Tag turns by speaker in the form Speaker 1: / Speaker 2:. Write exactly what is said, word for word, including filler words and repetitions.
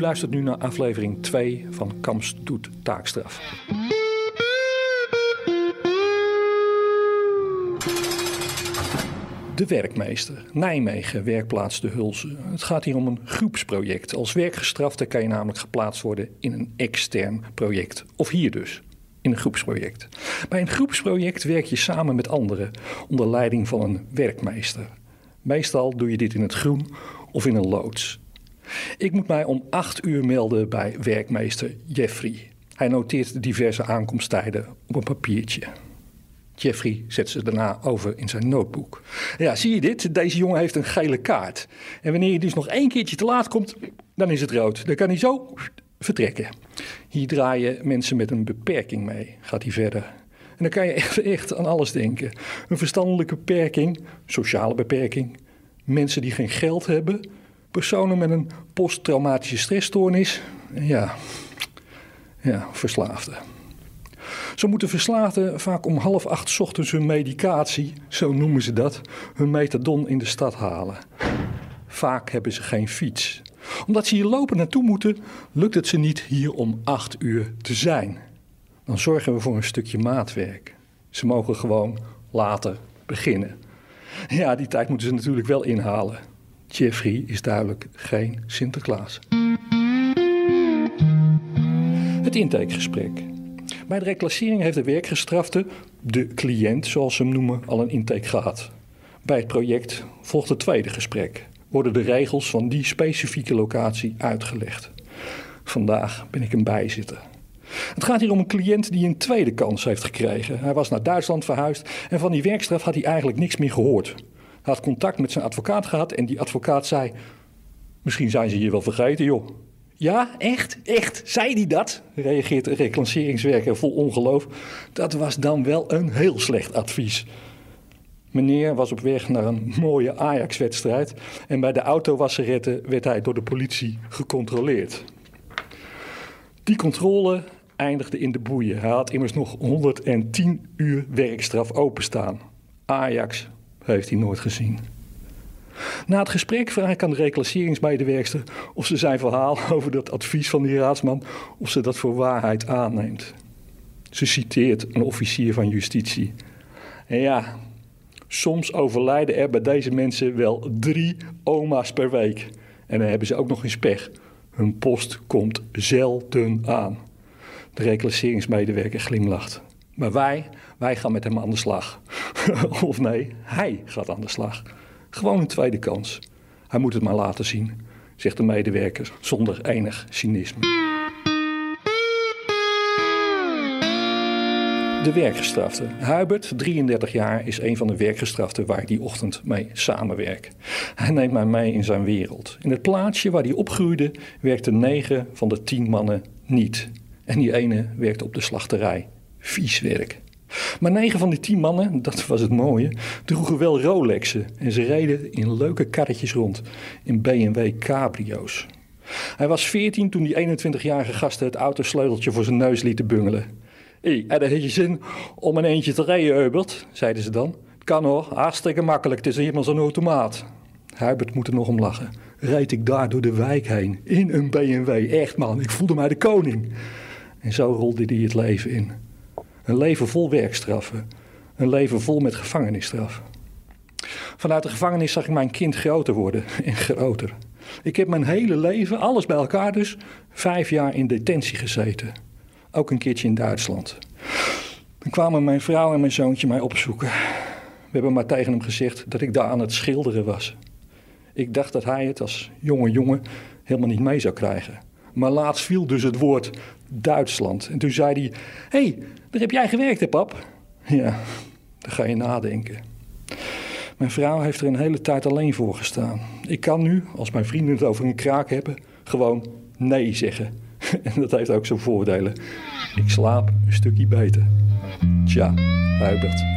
Speaker 1: luistert nu naar aflevering twee van Kamps doet taakstraf. De werkmeester, Nijmegen, werkplaats De Hulze. Het gaat hier om een groepsproject. Als werkgestrafte kan je namelijk geplaatst worden in een extern project. Of hier dus, in een groepsproject. Bij een groepsproject werk je samen met anderen onder leiding van een werkmeester. Meestal doe je dit in het groen of in een loods. Ik moet mij om acht uur melden bij werkmeester Jeffrey. Hij noteert diverse aankomsttijden op een papiertje. Jeffrey zet ze daarna over in zijn notebook. Ja, zie je dit? Deze jongen heeft een gele kaart. En wanneer je dus nog één keertje te laat komt, dan is het rood. Dan kan hij zo vertrekken. Hier draaien mensen met een beperking mee, gaat hij verder. En dan kan je echt, echt aan alles denken. Een verstandelijke beperking, sociale beperking, mensen die geen geld hebben, personen met een posttraumatische stressstoornis. Ja, ja, verslaafden. Zo moeten verslaafden vaak om half acht 's ochtends hun medicatie, zo noemen ze dat, hun methadon in de stad halen. Vaak hebben ze geen fiets. Omdat ze hier lopen naartoe moeten, lukt het ze niet hier om acht uur te zijn. Dan zorgen we voor een stukje maatwerk. Ze mogen gewoon later beginnen. Ja, die tijd moeten ze natuurlijk wel inhalen. Jeffrey is duidelijk geen Sinterklaas. Het intakegesprek. Bij de reclassering heeft de werkgestrafte, de cliënt zoals ze hem noemen, al een intake gehad. Bij het project volgt het tweede gesprek. Worden de regels van die specifieke locatie uitgelegd. Vandaag ben ik een bijzitter. Het gaat hier om een cliënt die een tweede kans heeft gekregen. Hij was naar Duitsland verhuisd en van die werkstraf had hij eigenlijk niks meer gehoord. Hij had contact met zijn advocaat gehad en die advocaat zei: misschien zijn ze hier wel vergeten, joh. Ja, echt? Echt? Zei hij dat? Reageert de reclasseringswerker vol ongeloof. Dat was dan wel een heel slecht advies. Meneer was op weg naar een mooie Ajax-wedstrijd en bij de autowasseretten werd hij door de politie gecontroleerd. Die controle eindigde in de boeien. Hij had immers nog honderdtien uur werkstraf openstaan. Ajax heeft hij nooit gezien. Na het gesprek vraag ik aan de reclasseringsmedewerkster of ze zijn verhaal over dat advies van die raadsman, of ze dat voor waarheid aanneemt. Ze citeert een officier van justitie. En ja, soms overlijden er bij deze mensen wel drie oma's per week. En dan hebben ze ook nog eens pech. Hun post komt zelden aan. De reclasseringsmedewerker glimlacht. Maar wij, wij gaan met hem aan de slag. Of nee, hij gaat aan de slag. Gewoon een tweede kans. Hij moet het maar laten zien, zegt de medewerker zonder enig cynisme. De werkgestrafte. Hubert, drieëndertig jaar, is een van de werkgestraften waar ik die ochtend mee samenwerk. Hij neemt mij mee in zijn wereld. In het plaatsje waar hij opgroeide werkten negen van de tien mannen niet. En die ene werkte op de slachterij. Vies werk. Maar negen van die tien mannen, dat was het mooie, droegen wel Rolexen. En ze reden in leuke karretjes rond, in B M W cabrio's. Hij was veertien toen die eenentwintigjarige gasten het autosleuteltje voor zijn neus lieten bungelen. Hé, hey, en dan heb je zin om een eentje te rijden, Hubert, zeiden ze dan. Het kan hoor, hartstikke makkelijk, het is helemaal zo'n automaat. Hubert moet er nog om lachen. Reed ik daar door de wijk heen, in een B M W, echt man, ik voelde mij de koning. En zo rolde hij het leven in. Een leven vol werkstraffen. Een leven vol met gevangenisstraf. Vanuit de gevangenis zag ik mijn kind groter worden en groter. Ik heb mijn hele leven, alles bij elkaar dus, vijf jaar in detentie gezeten. Ook een keertje in Duitsland. Dan kwamen mijn vrouw en mijn zoontje mij opzoeken. We hebben maar tegen hem gezegd dat ik daar aan het schilderen was. Ik dacht dat hij het als jonge jongen helemaal niet mee zou krijgen. Maar laatst viel dus het woord Duitsland. En toen zei hij: hé, hey, daar heb jij gewerkt hè pap? Ja, dan ga je nadenken. Mijn vrouw heeft er een hele tijd alleen voor gestaan. Ik kan nu, als mijn vrienden het over een kraak hebben, gewoon nee zeggen. En dat heeft ook zijn voordelen. Ik slaap een stukje beter. Tja, Hubert.